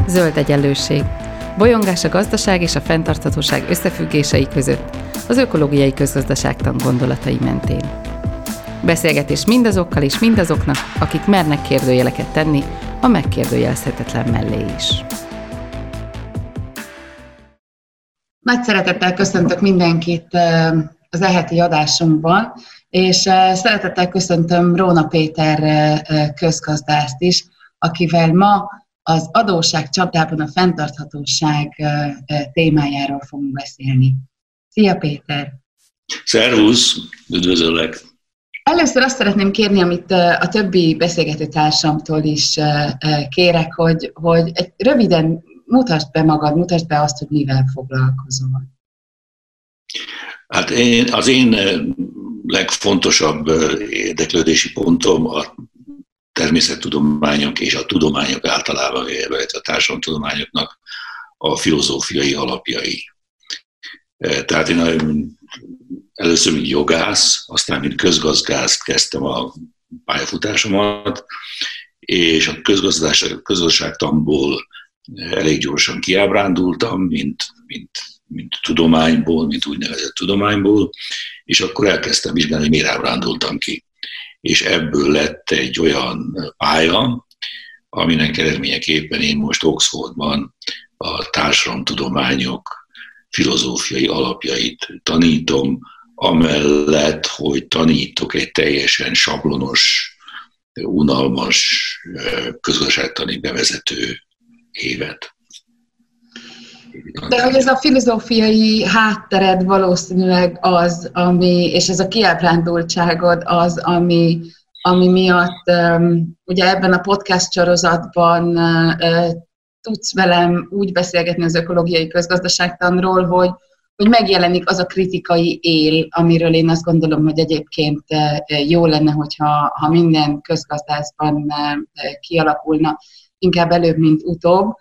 Zöld egyenlőség. Bolyongás a gazdaság és a fenntarthatóság összefüggései között, az ökológiai közgazdaságtan gondolatai mentén. Beszélgetés mindazokkal és mindazoknak, akik mernek kérdőjeleket tenni a megkérdőjelezhetetlen mellé is. Nagy szeretettel köszöntök mindenkit az e-heti adásunkban, és szeretettel köszöntöm Róna Péter közgazdászt is, akivel ma az adósság csapdában a fenntarthatóság témájáról fogunk beszélni. Szia Péter! Szervusz! Üdvözöllek! Először azt szeretném kérni, amit a többi beszélgető társamtól is kérek, hogy röviden mutasd be magad, mutasd be azt, hogy mivel foglalkozol. Hát az én legfontosabb érdeklődési pontom a természettudományok és a tudományok általában, illetve a társadalomtudományoknak a filozófiai alapjai. Tehát én először mint jogász, aztán mint közgazdász kezdtem a pályafutásomat, és a közgazdaságtanból elég gyorsan kiábrándultam, mint tudományból, mint úgynevezett tudományból, és akkor elkezdtem vizsgálni, hogy miért ábrándultam ki. És ebből lett egy olyan pálya, aminek eredményeképpen én most Oxfordban a társadalomtudományok filozófiai alapjait tanítom, amellett, hogy tanítok egy teljesen sablonos, unalmas közgazdaságtani bevezető évet. De hogy ez a filozófiai háttered valószínűleg az, és ez a kiábrándultságod az, ami miatt ugye ebben a podcast sorozatban tudsz velem úgy beszélgetni az ökológiai közgazdaságtanról, hogy megjelenik az a kritikai él, amiről én azt gondolom, hogy egyébként jó lenne, hogyha minden közgazdászban kialakulna, inkább előbb, mint utóbb.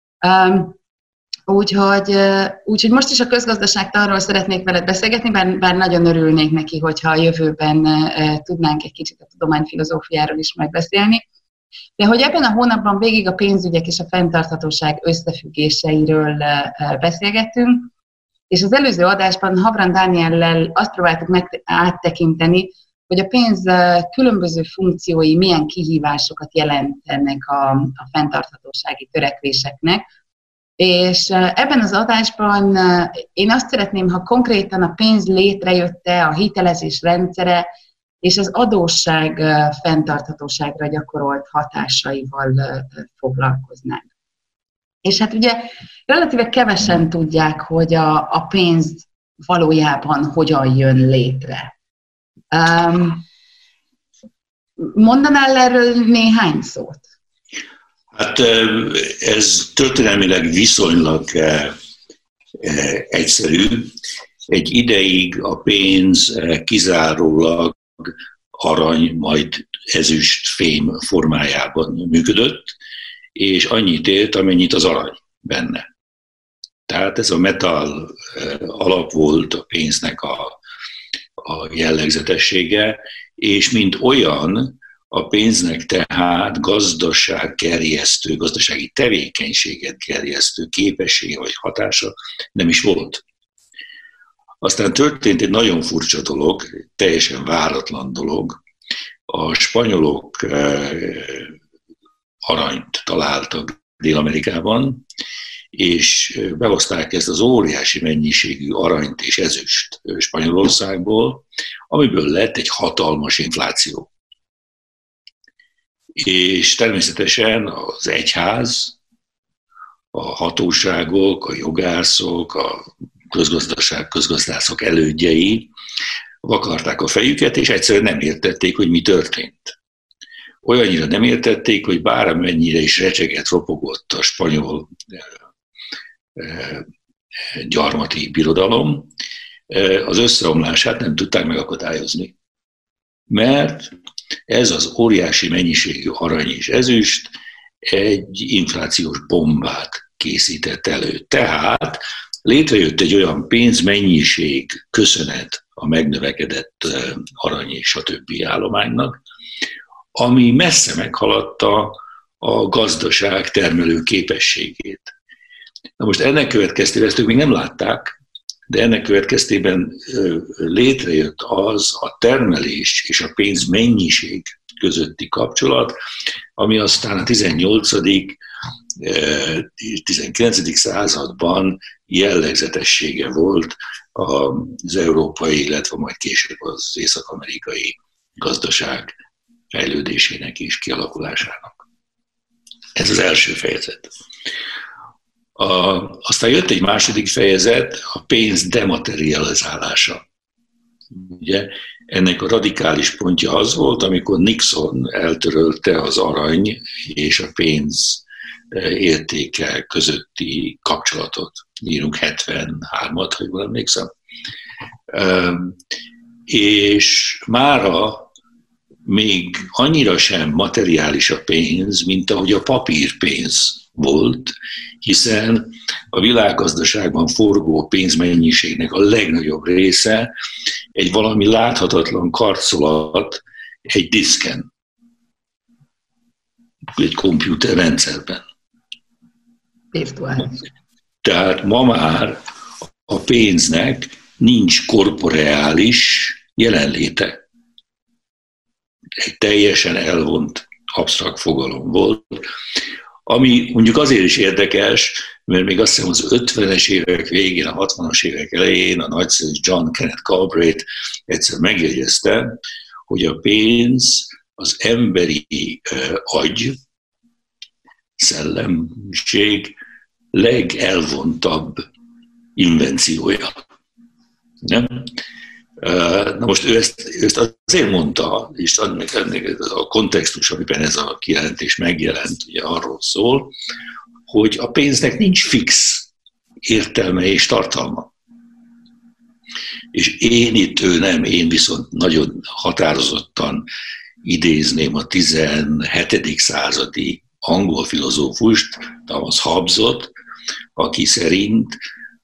Úgyhogy most is a közgazdaságtanról szeretnék veled beszélgetni, bár nagyon örülnék neki, hogyha a jövőben tudnánk egy kicsit a tudományfilozófiáról is megbeszélni. De hogy ebben a hónapban végig a pénzügyek és a fenntarthatóság összefüggéseiről beszélgettünk, és az előző adásban Havran Dániellel azt próbáltuk meg áttekinteni, hogy a pénz különböző funkciói milyen kihívásokat jelentenek a fenntarthatósági törekvéseknek. És ebben az adásban én azt szeretném, ha konkrétan a pénz létrejötte, a hitelezés rendszere és az adósság fenntarthatóságra gyakorolt hatásaival foglalkoznánk. És hát ugye relatíve kevesen tudják, hogy a pénz valójában hogyan jön létre. Mondanál erről néhány szót? Hát ez történelmileg viszonylag egyszerű. Egy ideig a pénz kizárólag arany, majd ezüst, fém formájában működött, és annyit ért, amennyit az arany benne. Tehát ez a metal alap volt a pénznek a jellegzetessége, és mint olyan, a pénznek tehát gazdasági tevékenységet gerjesztő képessége vagy hatása nem is volt. Aztán történt egy nagyon furcsa dolog, teljesen váratlan dolog. A spanyolok aranyt találtak Dél-Amerikában, és behozták ezt az óriási mennyiségű aranyt és ezüst Spanyolországból, amiből lett egy hatalmas infláció. És természetesen az egyház, a hatóságok, a jogászok, a közgazdászok elődjei vakarták a fejüket, és egyszerűen nem értették, hogy mi történt. Olyannyira nem értették, hogy bármennyire is recseget, ropogott a spanyol gyarmati birodalom, az összeomlását nem tudták megakadályozni. Mert ez az óriási mennyiségű arany és ezüst egy inflációs bombát készített elő. Tehát létrejött egy olyan pénzmennyiség köszönet a megnövekedett arany és a többi állománynak, ami messze meghaladta a gazdaság termelő képességét. Na most ennek következtében, ezt ők még nem látták, de ennek következtében létrejött az a termelés és a pénz mennyiség közötti kapcsolat, ami aztán a 18. 19. században jellegzetessége volt az európai, illetve majd később az észak-amerikai gazdaság fejlődésének és kialakulásának. Ez az első fejezet. Aztán jött egy második fejezet, a pénz dematerializálása. Ugye, ennek a radikális pontja az volt, amikor Nixon eltörölte az arany és a pénz értéke közötti kapcsolatot. Írunk 73-at, ha jól emlékszem. És mára még annyira sem materiális a pénz, mint ahogy a papírpénz volt, hiszen a világgazdaságban forgó pénzmennyiségnek a legnagyobb része egy valami láthatatlan karcolat egy diszken, egy komputerrendszerben. Virtuális. Tehát ma már a pénznek nincs korporeális jelenléte. Egy teljesen elvont absztrakt fogalom volt, ami mondjuk azért is érdekes, mert még azt hiszem az 50-es évek végén, a 60-as évek elején a nagyszerű John Kenneth Galbraith egyszer megjegyezte, hogy a pénz az emberi agy, szellemség legelvontabb invenciója. Nem? Na most ő ezt azért mondta, és ennek a kontextus, amiben ez a kijelentés megjelent, ugye arról szól, hogy a pénznek nincs fix értelme és tartalma. És én viszont nagyon határozottan idézném a 17. századi angol filozófust, Thomas Hobbesot, aki szerint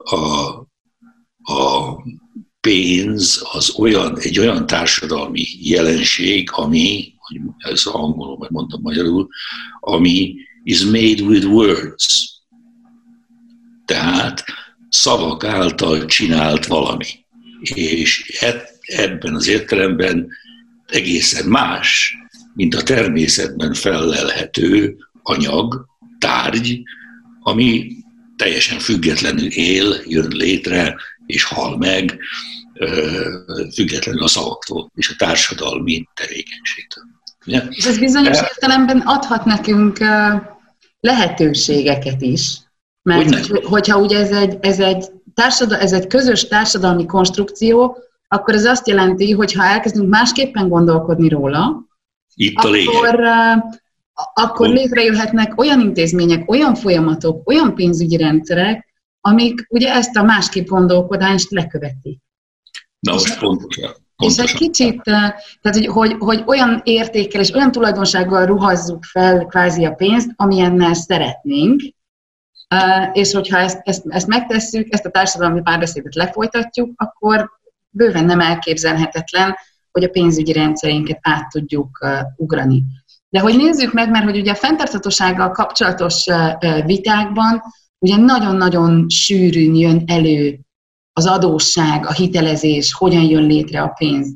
a pénz az egy olyan társadalmi jelenség, ami, ez angolul, majd mondom magyarul, ami is made with words. Tehát szavak által csinált valami. És ebben az értelemben egészen más, mint a természetben fellelhető anyag, tárgy, ami teljesen függetlenül él, jön létre és hal meg, függetlenül a szavaktól és a társadalmi tevékenységtől. Ugye? És ez bizonyos értelemben adhat nekünk lehetőségeket is, mert hogyha ugye ez egy közös társadalmi konstrukció, akkor ez azt jelenti, hogy ha elkezdünk másképpen gondolkodni róla, akkor létrejöhetnek olyan intézmények, olyan folyamatok, olyan pénzügyi rendszerek, amik ugye ezt a másképp gondolkodást lekövetik. Na most pontosan. És egy kicsit, tehát hogy olyan értékkel és olyan tulajdonsággal ruhazzuk fel kvázi a pénzt, amilyennel szeretnénk, és hogyha ezt megtesszük, ezt a társadalmi párbeszédet lefolytatjuk, akkor bőven nem elképzelhetetlen, hogy a pénzügyi rendszerénket át tudjuk ugrani. De hogy nézzük meg, mert hogy ugye a fenntarthatósággal kapcsolatos vitákban ugye nagyon-nagyon sűrűn jön elő az adósság, a hitelezés, hogyan jön létre a pénz.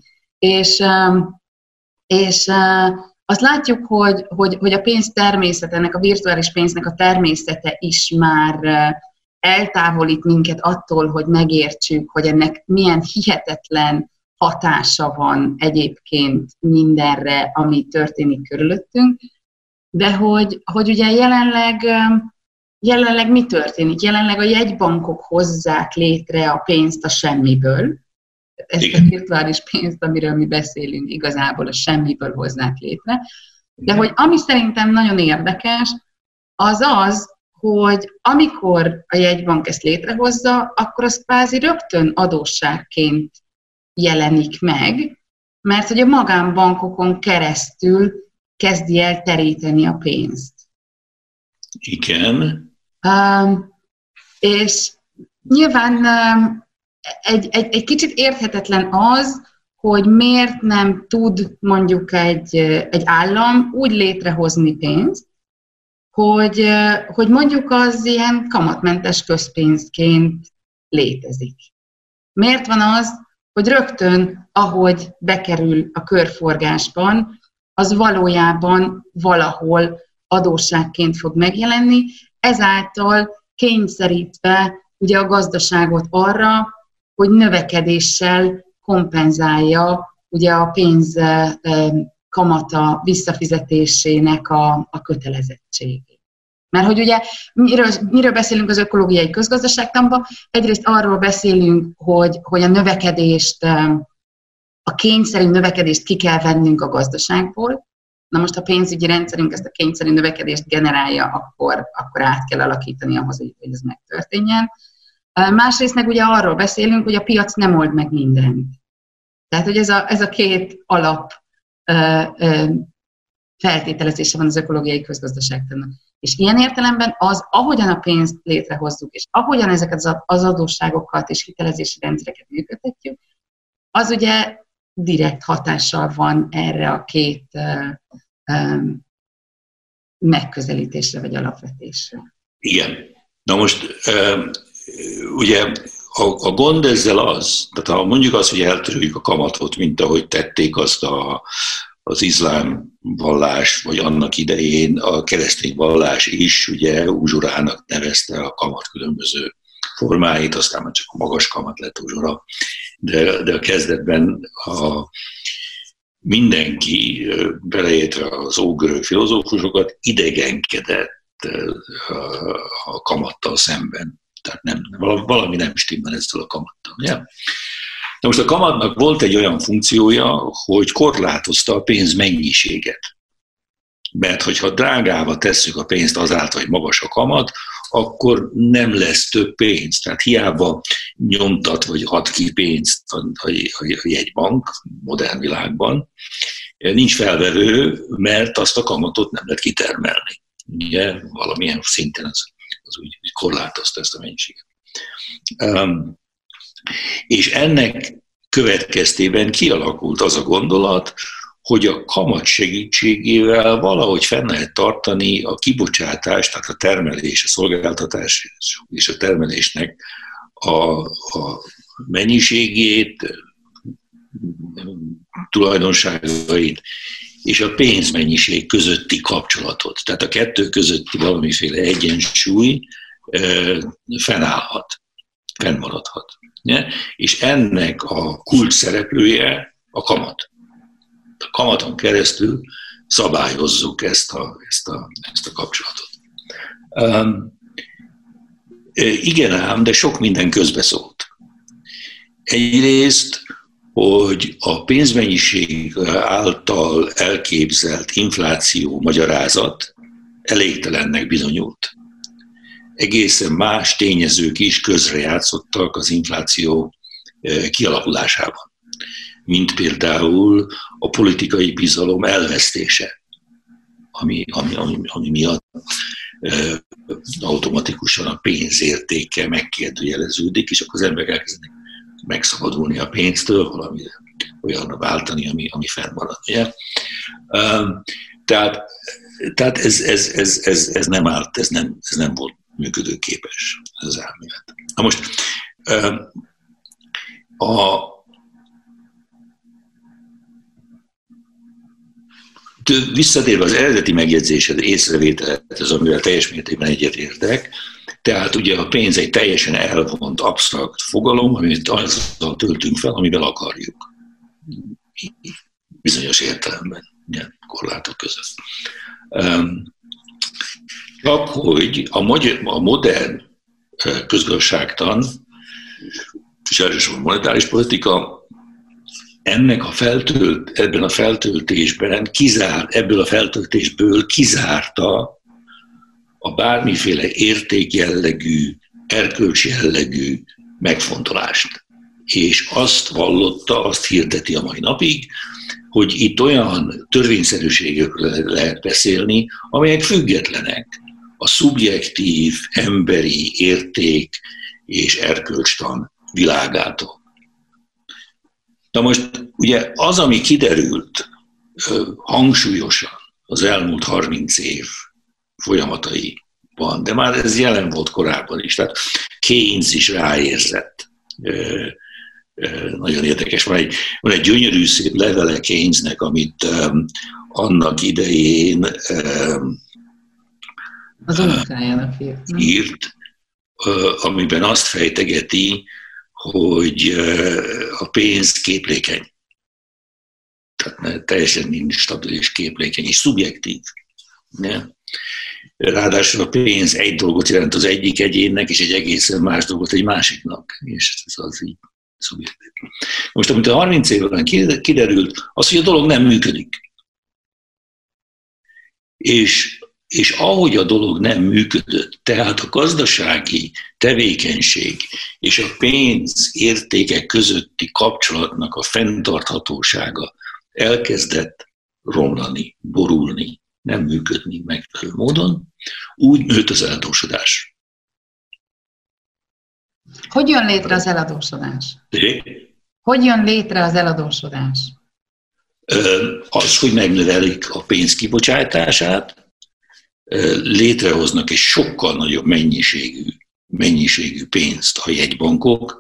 És azt látjuk, hogy a pénz természete, ennek a virtuális pénznek a természete is már eltávolít minket attól, hogy megértsük, hogy ennek milyen hihetetlen hatása van egyébként mindenre, ami történik körülöttünk, de hogy ugye jelenleg mi történik? Jelenleg a jegybankok hozzák létre a pénzt a semmiből. Ezt a virtuális pénzt, amiről mi beszélünk, igazából a semmiből hozzák létre. De hogy ami szerintem nagyon érdekes, az, hogy amikor a jegybank ezt létrehozza, akkor az kvázi rögtön adósságként jelenik meg, mert hogy a magánbankokon keresztül kezdi el teríteni a pénzt. Igen. És nyilván egy kicsit érthetetlen az, hogy miért nem tud mondjuk egy állam úgy létrehozni pénzt, hogy mondjuk az ilyen kamatmentes közpénzként létezik. Miért van az, hogy rögtön, ahogy bekerül a körforgásban, az valójában valahol adósságként fog megjelenni, ezáltal kényszerítve ugye a gazdaságot arra, hogy növekedéssel kompenzálja ugye a pénz kamata visszafizetésének a kötelezettségét. Mert hogy ugye miről beszélünk az ökológiai közgazdaságtanban? Egyrészt arról beszélünk, hogy a növekedést, a kényszerű növekedést ki kell vennünk a gazdaságból. Na most, ha a pénzügyi rendszerünk ezt a kényszerű növekedést generálja, akkor át kell alakítani ahhoz, hogy ez megtörténjen. Másrészt meg ugye arról beszélünk, hogy a piac nem old meg mindent. Tehát, hogy ez a két alap feltételezése van az ökológiai közgazdaságtannak. És ilyen értelemben ahogyan a pénzt létrehozzuk, és ahogyan ezeket az adósságokat és hitelezési rendszereket működtetjük, az ugye direkt hatással van erre a két megközelítésre vagy alapvetésre. Igen. Na most ugye a gond ezzel az, tehát ha mondjuk azt, hogy eltöröljük a kamatot, mint ahogy tették azt az iszlám vallás, vagy annak idején a keresztény vallás is ugye uzsurának nevezte a kamat különböző formáit, aztán már csak a magas kamat lett uzsura, de a kezdetben mindenki, beleértve az ógörög filozófusokat, idegenkedett a kamattal szemben. Tehát valami nem stimmel ezzel a kamattal. Ugye? De most a kamatnak volt egy olyan funkciója, hogy korlátozta a pénz mennyiséget. Mert hogyha drágába tesszük a pénzt azáltal, hogy magas a kamat, akkor nem lesz több pénz. Tehát hiába nyomtat vagy ad ki pénzt a jegybank modern világban, nincs felvevő, mert azt a kamatot nem lehet kitermelni. Ugye, valamilyen szinten az úgy korlátozta ezt a mennyiséget. És ennek következtében kialakult az a gondolat, hogy a kamat segítségével valahogy fenn lehet tartani a kibocsátást, tehát a termelés, a szolgáltatás és a termelésnek a mennyiségét, tulajdonságait és a pénzmennyiség közötti kapcsolatot. Tehát a kettő közötti valamiféle egyensúly fennmaradhat. És ennek a kulcs szereplője a kamat. A kamaton keresztül szabályozzuk ezt a kapcsolatot. Igen ám, de sok minden közbeszólt. Egyrészt, hogy a pénzmennyiség által elképzelt infláció magyarázat elégtelennek bizonyult. Egészen más tényezők is közrejátszottak az infláció kialakulásában, mint például a politikai bizalom elvesztése, ami miatt automatikusan a pénz értéke megkérdőjeleződik, és akkor az emberek elkezdenek megszabadulni a pénztől, valami olyanra váltani, ami fennmarad. Ugye? Tehát ez nem állt, ez nem volt működőképes, ez az elmélet. Na most visszatérve az eredeti megjegyzésed, észrevételhez, amivel teljes mértékben egyetértek, tehát ugye a pénz egy teljesen elvont, absztrakt fogalom, amit azzal töltünk fel, amivel akarjuk. Bizonyos értelemben, ilyen korlátok között. Csak hogy a modern közgazdaságtan, és elsősorban monetáris politika ebben a feltöltésben ebből a feltöltésből kizárta a bármiféle értékjellegű, erkölcsjellegű megfontolást. És azt vallotta, azt hirdeti a mai napig, hogy itt olyan törvényszerűségekről lehet beszélni, amelyek függetlenek a szubjektív, emberi érték és erkölcstan világától. Na most ugye az, ami kiderült hangsúlyosan az elmúlt 30 év folyamataiban, de már ez jelen volt korábban is. Tehát Keynes is ráérzett. Nagyon érdekes. Van egy gyönyörű szép levele Keynesnek, amit annak idején az unokájának írt, amiben azt fejtegeti, hogy a pénz képlékeny. Tehát teljesen instabilis, képlékeny és szubjektív. Ne? Ráadásul a pénz egy dolgot jelent az egyik egyénnek, és egy egészen más dolgot egy másiknak. És ez az így szubjektív. Most, amit a 30 évben kiderült, az, hogy a dolog nem működik. És ahogy a dolog nem működött, tehát a gazdasági tevékenység és a pénz értékek közötti kapcsolatnak a fenntarthatósága elkezdett romlani, borulni, nem működni megfelelő módon, úgy nőtt az eladósodás. Hogy jön létre az eladósodás? Hogy jön létre az eladósodás? Az, hogy megnövelik a pénz kibocsátását, létrehoznak egy sokkal nagyobb mennyiségű pénzt a jegybankok.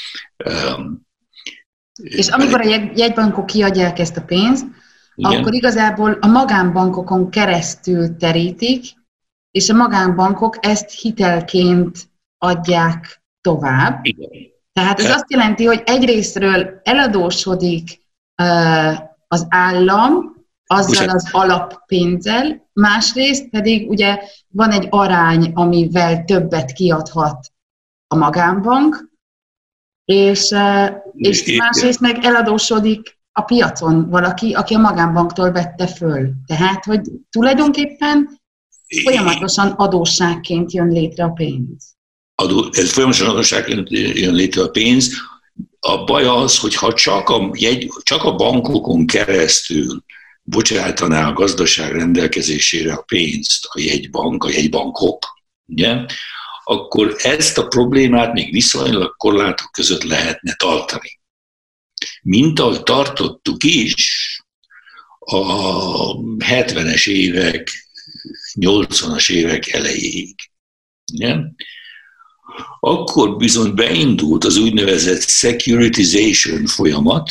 És amikor a jegybankok kiadják ezt a pénzt, igen, akkor igazából a magánbankokon keresztül terítik, és a magánbankok ezt hitelként adják tovább. Igen. Tehát ez azt jelenti, hogy egyrésztről eladósodik az állam azzal az alappénzzel, másrészt pedig ugye van egy arány, amivel többet kiadhat a magánbank, és másrészt meg eladósodik a piacon valaki, aki a magánbanktól vette föl. Tehát, hogy tulajdonképpen folyamatosan adósságként jön létre a pénz. Ez folyamatosan adósságként jön létre a pénz. A baj az, hogy ha csak a bankokon keresztül bocsátaná a gazdaság rendelkezésére a pénzt a jegybankok, ugye, akkor ezt a problémát még viszonylag korlátok között lehetne tartani. Mint ahogy tartottuk is a 70-es évek, 80-as évek elejéig. Ugye? Akkor bizony beindult az úgynevezett securitization folyamat,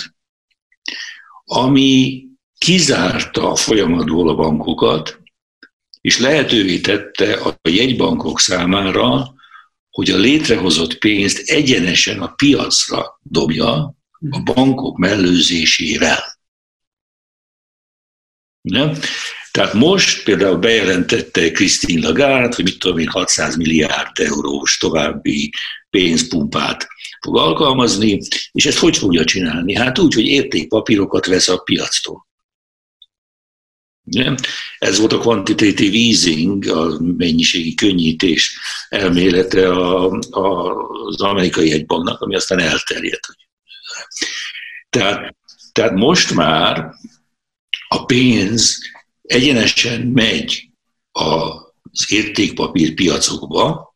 ami kizárta a folyamatból a bankokat, és lehetővé tette a jegybankok számára, hogy a létrehozott pénzt egyenesen a piacra dobja a bankok mellőzésével. Ne? Tehát most például bejelentette Christine Lagarde, hogy 600 milliárd eurós további pénzpumpát fog alkalmazni, és ezt hogy fogja csinálni? Hát úgy, hogy értékpapírokat vesz a piactól. Nem? Ez volt a quantitative easing, a mennyiségi könnyítés elmélete az amerikai jegybanknak, ami aztán elterjedt. Tehát most már a pénz egyenesen megy az értékpapír piacokba,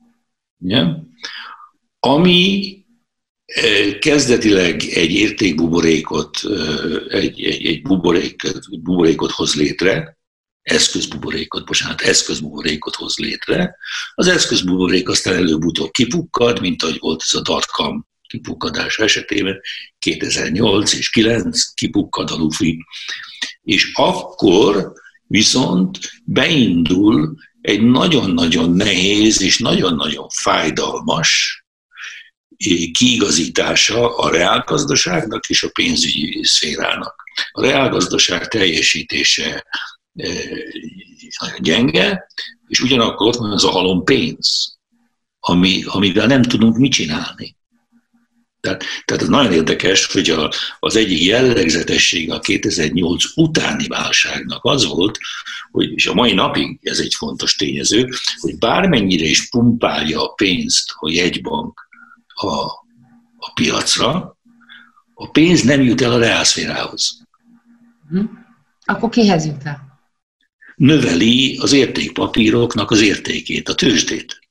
ami kezdetileg egy értékbuborékot, egy buborékot hoz létre, eszközbuborékot hoz létre. Az eszközbuborék aztán előbb-utóbb kipukkad, mint ahogy volt ez a dotcom kipukkadás esetében, 2008 és 2009 kipukkad a lufi, és akkor viszont beindul egy nagyon-nagyon nehéz és nagyon-nagyon fájdalmas kiigazítása a reálgazdaságnak és a pénzügyi szférának. A reálgazdaság teljesítése nagyon gyenge, és ugyanakkor ott van az a halom pénz, amivel nem tudunk mit csinálni. Tehát ez nagyon érdekes, hogy az egyik jellegzetessége a 2008 utáni válságnak az volt, hogy, és a mai napig ez egy fontos tényező, hogy bármennyire is pumpálja a pénzt a jegybank a piacra, a pénz nem jut el a reálszférához. Akkor kihez jut el? Növeli az értékpapíroknak az értékét, a tőzsdét.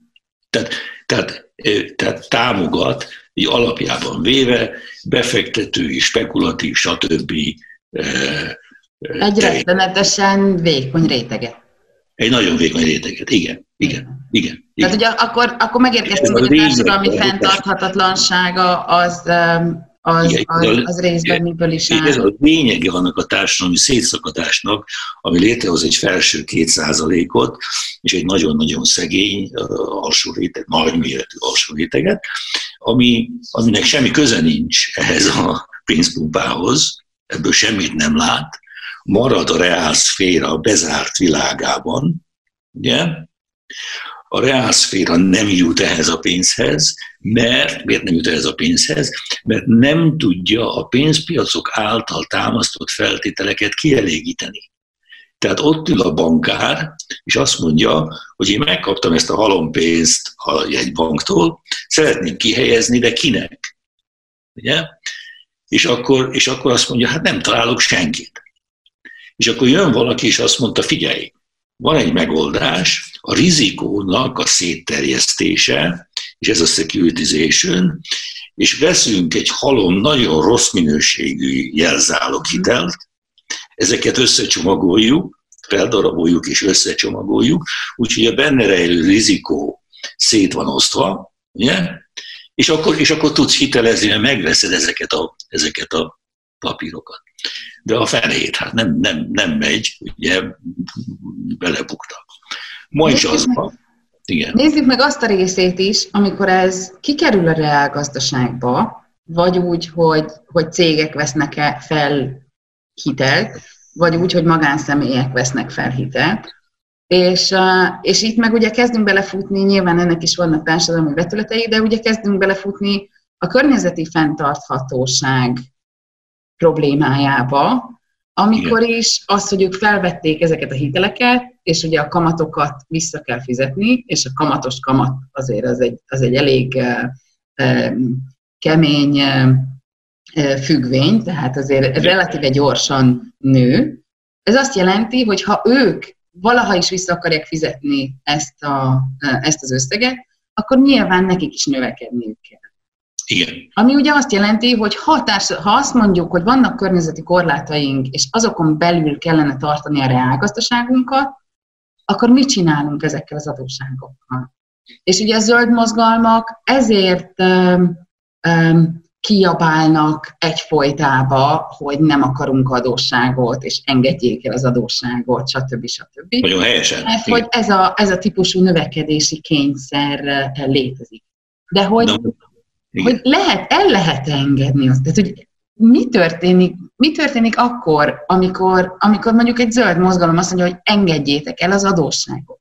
Tehát támogat, így alapjában véve, befektetői, spekulatív, stb. Egy rettenetesen vékony rétege. Egy nagyon vékony réteget, igen. Tehát ugye akkor megérkeztünk, hogy a társadalmi fenntarthatatlansága az részben miből is áll. Ez a lényege annak a társadalmi szétszakadásnak, ami létrehoz egy felső 2%-ot, és egy nagyon-nagyon szegény alsó réteg, nagyméretű alsó réteget, aminek semmi köze nincs ehhez a pénzpumpához, ebből semmit nem lát, marad a reálszféra bezárt világában, ugye? A reálszféra nem jut ehhez a pénzhez, miért nem jut ehhez a pénzhez? Mert nem tudja a pénzpiacok által támasztott feltételeket kielégíteni. Tehát ott ül a bankár, és azt mondja, hogy én megkaptam ezt a halompénzt a jegybanktól, szeretném kihelyezni, de kinek? Ugye? És akkor azt mondja, hát nem találok senkit. És akkor jön valaki, és azt mondta, figyelj, van egy megoldás, a rizikónak a szétterjesztése, és ez a securitization, és veszünk egy halom nagyon rossz minőségű jelzáloghitelt, ezeket összecsomagoljuk, feldaraboljuk és összecsomagoljuk, úgyhogy a benne rejlő rizikó szét van osztva, ugye? És akkor tudsz hitelezni, mert megveszed ezeket a papírokat. De a fenét, hát nem megy, ugye belebuktak. Ma is az van. Igen. Nézzük meg azt a részét is, amikor ez kikerül a reálgazdaságba, vagy úgy, hogy cégek vesznek fel hitelt, vagy úgy, hogy magánszemélyek vesznek fel hitelt. És itt meg ugye kezdünk belefutni, nyilván ennek is vannak társadalmi vetületei, de ugye kezdünk belefutni a környezeti fenntarthatóság problémájába, amikor is az, hogy ők felvették ezeket a hiteleket, és ugye a kamatokat vissza kell fizetni, és a kamatos kamat azért az egy elég kemény függvény, tehát azért relatíve gyorsan nő. Ez azt jelenti, hogy ha ők valaha is vissza akarják fizetni ezt az összeget, akkor nyilván nekik is növekedniük kell. Igen. Ami ugye azt jelenti, hogy ha azt mondjuk, hogy vannak környezeti korlátaink, és azokon belül kellene tartani a reálgazdaságunkat, akkor mit csinálunk ezekkel az adósságokkal? És ugye a zöld mozgalmak ezért kiabálnak egyfolytába, hogy nem akarunk adósságot, és engedjék el az adósságot, stb. Nagyon helyesen. Mert hogy ez a típusú növekedési kényszer létezik. De hogy el lehet engedni azt. Tehát, hogy mi történik akkor, amikor mondjuk egy zöld mozgalom azt mondja, hogy engedjétek el az adósságot?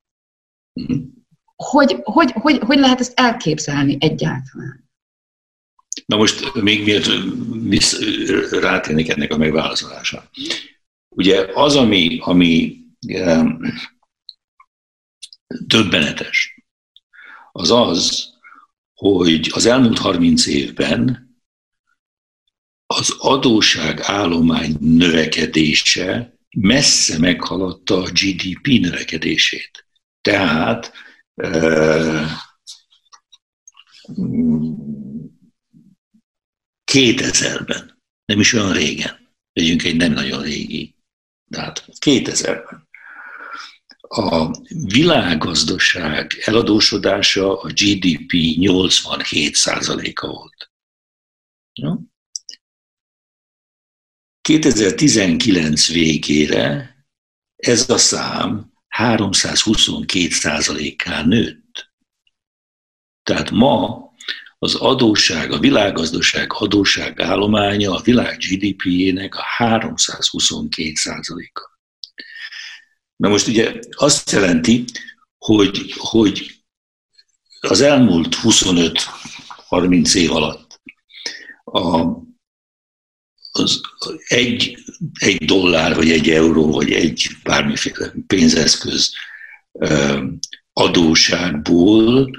Hogy lehet ezt elképzelni egyáltalán? Na most még miért rátérnék ennek a megválaszolása. Ugye az, ami döbbenetes, az, hogy az elmúlt 30 évben az adósságállomány növekedése messze meghaladta a GDP növekedését. Tehát 2000-ben, nem is olyan régen, vegyünk egy nem nagyon régi dátumot, 2000-ben a világgazdaság eladósodása a GDP 87%-a volt. 2019 végére ez a szám 322%-kal nőtt. Tehát ma az adósság, a világgazdaság adósságállománya a világ GDP-jének a 322%-a. Na most ugye azt jelenti, hogy az elmúlt 25-30 év alatt az egy dollár, vagy egy euró, vagy egy bármiféle pénzeszköz adósságból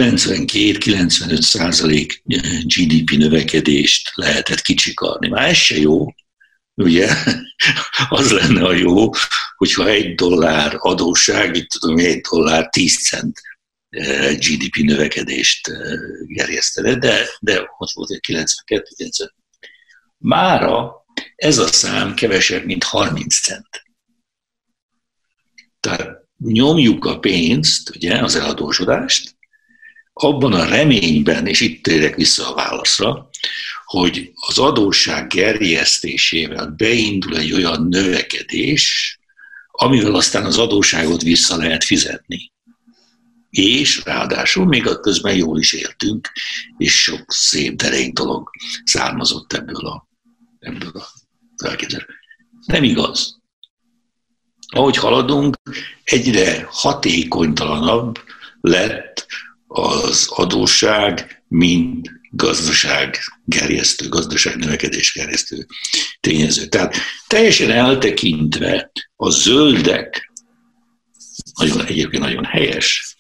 92-95% GDP növekedést lehetett kicsikarni. Már ez se jó, ugye? Az lenne a jó, hogyha $1 adósság, itt tudom, $1 10 cent GDP növekedést gerjesztene, de ott volt egy 92-90. Mára ez a szám kevesebb, mint 30 cent. Tehát nyomjuk a pénzt, ugye, az eladósodást, abban a reményben, és itt térek vissza a válaszra, hogy az adósság gerjesztésével beindul egy olyan növekedés, amivel aztán az adósságot vissza lehet fizetni. És ráadásul még közben jól is éltünk, és sok szép derék dolog származott ebből a felkészülésből. Nem igaz. Ahogy haladunk, egyre hatékonytalanabb lett az adósság, mint gazdaság növekedés gerjesztő tényező. Tehát teljesen eltekintve a zöldek, egyébként nagyon helyes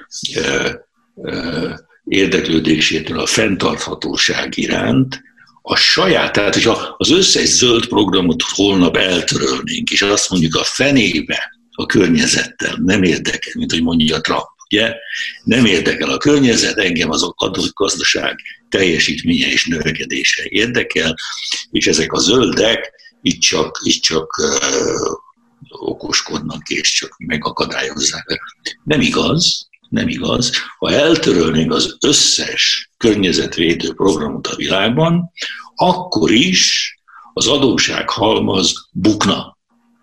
érdeklődésétől a fenntarthatóság iránt, a saját, tehát hogyha az összes zöld programot holnap eltörölnénk, és azt mondjuk a fenébe a környezettel nem érdekel, mint hogy mondja Trump, ugye? Nem érdekel a környezet, engem az adott gazdaság teljesítménye és növekedése érdekel, és ezek a zöldek itt csak okoskodnak, és csak megakadályozzák. Nem igaz. Ha eltörölnénk az összes környezetvédő programot a világban, akkor is az adóssághalmaz bukna.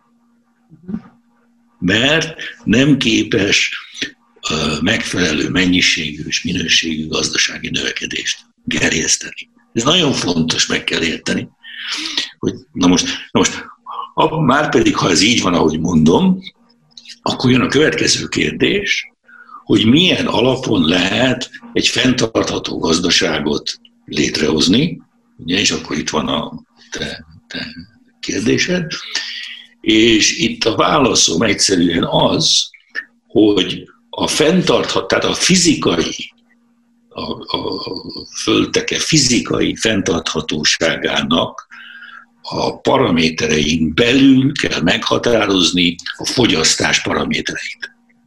Mert nem képes megfelelő mennyiségű és minőségű gazdasági növekedést gerjeszteni. Ez nagyon fontos, meg kell érteni. Hogy, na most, márpedig, ha ez így van, ahogy mondom, akkor jön a következő kérdés, hogy milyen alapon lehet egy fenntartható gazdaságot létrehozni, ugye, és akkor itt van a te kérdésed, és itt a válaszom egyszerűen az, hogy a fenntartható, tehát a fizikai, a földteke fizikai fenntarthatóságának a paraméterein belül kell meghatározni a fogyasztás paramétereit.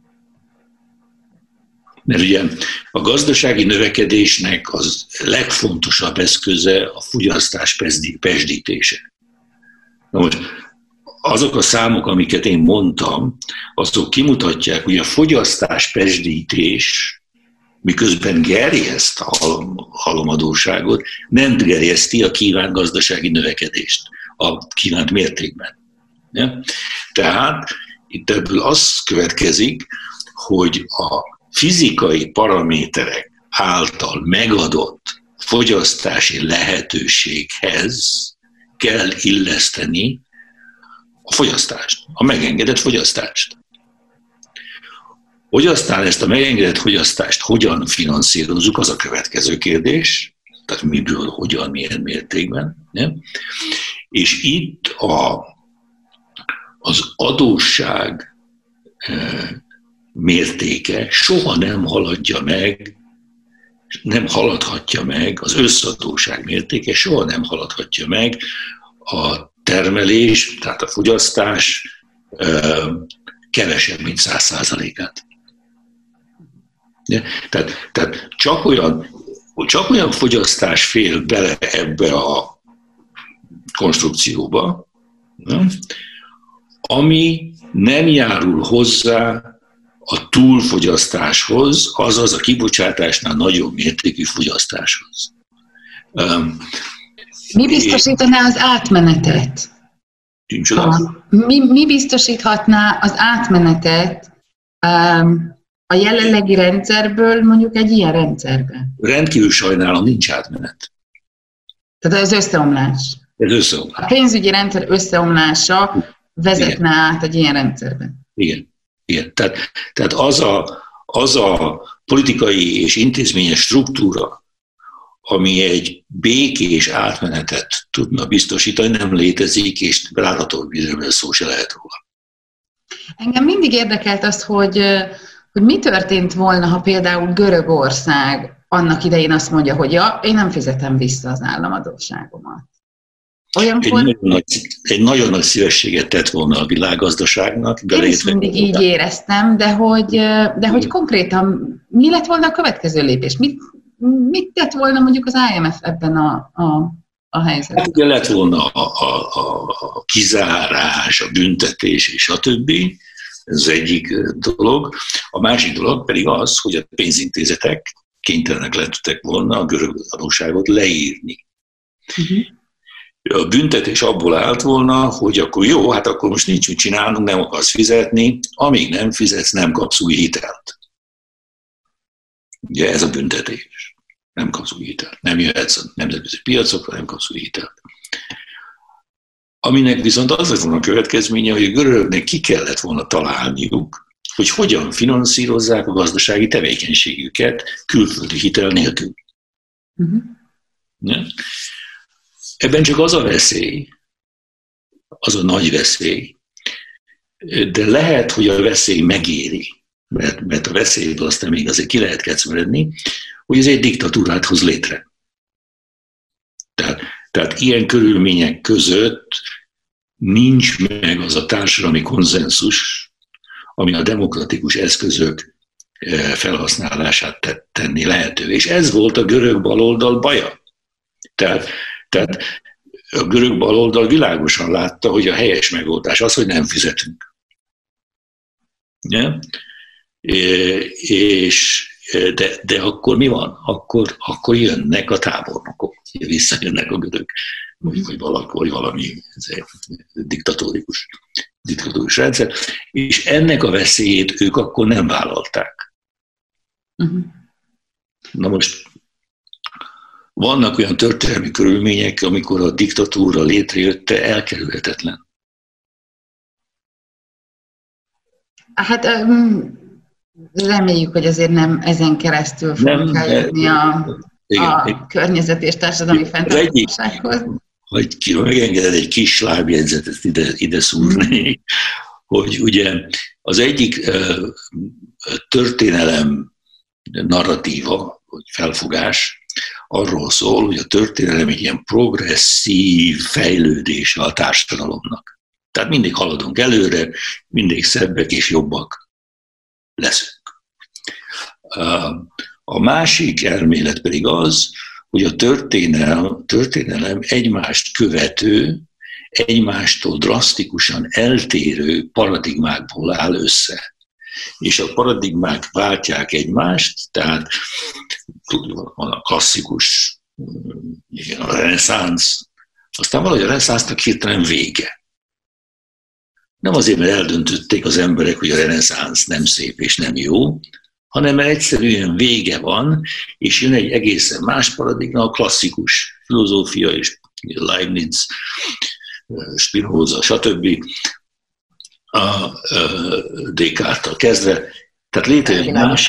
Mert ugye a gazdasági növekedésnek az legfontosabb eszköze a fogyasztás pesdítése. Na most azok a számok, amiket én mondtam, azok kimutatják, hogy a fogyasztás pesdítés, miközben gerjeszt a halomadóságot, nem gerjeszti a kívánt gazdasági növekedést a kívánt mértékben. Ja? Tehát itt ebből az következik, hogy a fizikai paraméterek által megadott fogyasztási lehetőséghez kell illeszteni a fogyasztást, a megengedett fogyasztást. Hogy aztán ezt a megengedett fogyasztást hogyan finanszírozzuk, az a következő kérdés, tehát miből, hogyan, milyen mértékben. Nem? És itt az adósság mértéke soha nem haladhatja meg, az összadósság mértéke soha nem haladhatja meg a termelés, tehát a fogyasztás kevesebb, mint 100%-át. Tehát csak olyan fogyasztás fél bele ebbe a konstrukcióba, ami nem járul hozzá a túlfogyasztáshoz, azaz a kibocsátásnál nagyobb mértékű fogyasztáshoz. Mi biztosítaná az átmenetet? Mi biztosíthatná az átmenetet a jelenlegi rendszerből mondjuk egy ilyen rendszerbe? Rendkívül sajnálom, nincs átmenet. Tehát az összeomlás. Ez összeomlás. A pénzügyi rendszer összeomlása vezetne át egy ilyen rendszerben. Igen. Tehát az a politikai és intézményes struktúra, ami egy békés átmenetet tudna biztosítani, nem létezik, és belátható bizonyos szó se lehet róla. Engem mindig érdekelt az, hogy mi történt volna, ha például Görögország annak idején azt mondja, hogy ja, én nem fizetem vissza az államadósságomat. Egy nagyon nagy szívességet tett volna a világgazdaságnak. Én is mindig így éreztem, de hogy konkrétan mi lett volna a következő lépés? Mit tett volna mondjuk az IMF ebben a helyzetben? Hát ugye lett volna a kizárás, a büntetés és a többi, Ez az egyik dolog. A másik dolog pedig az, hogy a pénzintézetek kénytelenek lettek volna a görög adósságot leírni. A büntetés abból állt volna, hogy akkor jó, hát akkor most nincs mit csinálnunk, nem akarsz fizetni, amíg nem fizetsz, nem kapsz új hitelt. Ugye ez a büntetés. Nem kapsz új hitelt. Nem jöhetsz a nemzetközi piacokra, nem kapsz új hitelt. Aminek viszont az lett volna a következménye, hogy a görögöknek ki kellett volna találniuk, hogy hogyan finanszírozzák a gazdasági tevékenységüket külföldi hitel nélkül. Ebben csak az a veszély, az a nagy veszély, de lehet, hogy a veszély megéri, mert a veszélyből aztán még azért ki lehet kecmeredni, hogy ez egy diktatúrát hoz létre. Tehát ilyen körülmények között nincs meg az a társadalmi konszenzus, ami a demokratikus eszközök felhasználását tenni lehetővé. És ez volt a görög baloldal baja. Tehát a görög baloldal világosan látta, hogy a helyes megoldás az, hogy nem fizetünk. Ja? De akkor mi van? Akkor jönnek a tábornokok, visszajönnek a görög, vagy valami diktatórikus rendszer, és ennek a veszélyét ők akkor nem vállalták. Na most vannak olyan történelmi körülmények, amikor a diktatúra létrejötte elkerülhetetlen. Hát reméljük, hogy azért nem ezen keresztül fogunk eljutni a környezet és társadalmi fenntarthatósághoz. Hogy megengeded egy kis lábjegyzetet ide szúrni, hogy ugye az egyik történelem narratíva, vagy felfogás arról szól, hogy a történelem egy ilyen progresszív fejlődése a társadalomnak. Tehát mindig haladunk előre, mindig szebbek és jobbak leszünk. A másik elmélet pedig az, hogy a történelem egymást követő, egymástól drasztikusan eltérő paradigmákból áll össze. És a paradigmák váltják egymást, tehát van a klasszikus, a reneszánsz, aztán valahogy a reneszánsznak hirtelen vége. Nem azért, mert eldöntötték az emberek, hogy a reneszánsz nem szép és nem jó, hanem mert egyszerűen vége van, és jön egy egészen más paradigma, a klasszikus filozófia, és Leibniz, Spinoza, stb. A Descartes-tal kezdve. Tehát létrejön egy másik,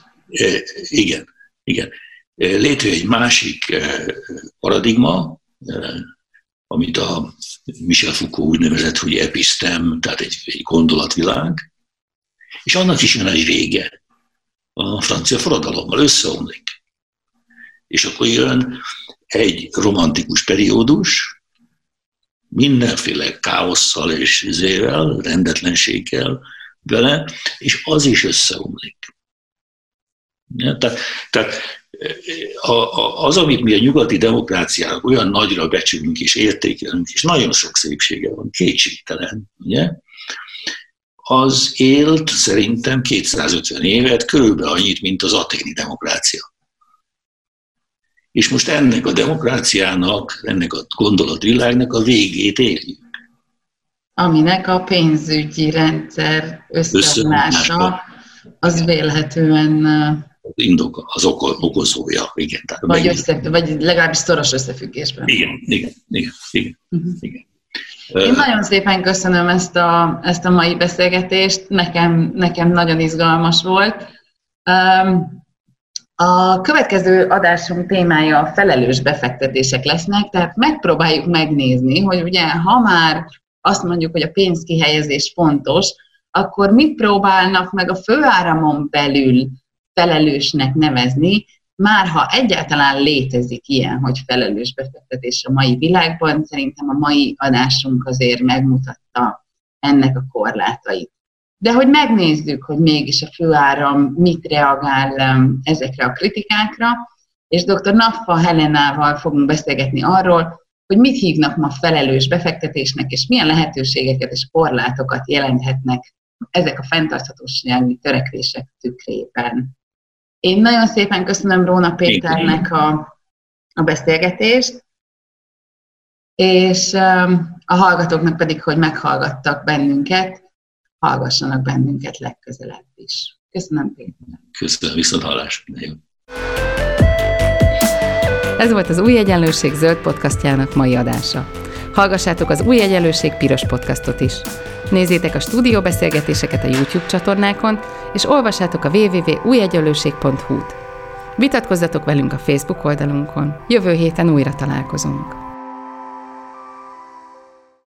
létrejön egy másik paradigma, amit a Michel Foucault úgy nevezett, hogy epistem, tehát egy gondolatvilág, és annak is jön egy vége. A francia forradalommal összeomlik. És akkor jön egy romantikus periódus, mindenféle káosszal és rendetlenséggel vele, és az is összeomlik. Ja, tehát az, amit mi a nyugati demokráciának olyan nagyra becsülünk és értékelünk, és nagyon sok szépsége van, kétségtelen, ugye? Az élt szerintem 250 évet, körülbelül annyit, mint az athéni demokrácia. És most ennek a demokráciának, ennek a gondolatvilágnak a végét éljük. Aminek a pénzügyi rendszer összeomlása az vélhetően az okozója. Igen, vagy legalábbis szoros összefüggésben. Igen. Én nagyon szépen köszönöm ezt a mai beszélgetést, nekem nagyon izgalmas volt. A következő adásunk témája a felelős befektetések lesznek, tehát megpróbáljuk megnézni, hogy ugye ha már azt mondjuk, hogy a pénzkihelyezés fontos, akkor mit próbálnak meg a főáramon belül felelősnek nevezni, már ha egyáltalán létezik ilyen, hogy felelős befektetés a mai világban, szerintem a mai adásunk azért megmutatta ennek a korlátait. De hogy megnézzük, hogy mégis a főáram mit reagál ezekre a kritikákra, és dr. Napfa Helenával fogunk beszélgetni arról, hogy mit hívnak ma felelős befektetésnek, és milyen lehetőségeket és korlátokat jelenthetnek ezek a fenntarthatósági törekvések tükrében. Én nagyon szépen köszönöm Róna Péternek a beszélgetést, és a hallgatóknak pedig, hogy meghallgattak bennünket, hallgassanak bennünket legközelebb is. Köszönöm, Péter. Köszönöm, viszonthallásra. Ez volt az Új Egyenlőség zöld podcastjának mai adása. Hallgassátok az Új Egyenlőség piros podcastot is. Nézzétek a stúdióbeszélgetéseket a YouTube csatornákon, és olvassátok a www.újegyenlőség.hu-t. Vitatkozzatok velünk a Facebook oldalunkon. Jövő héten újra találkozunk.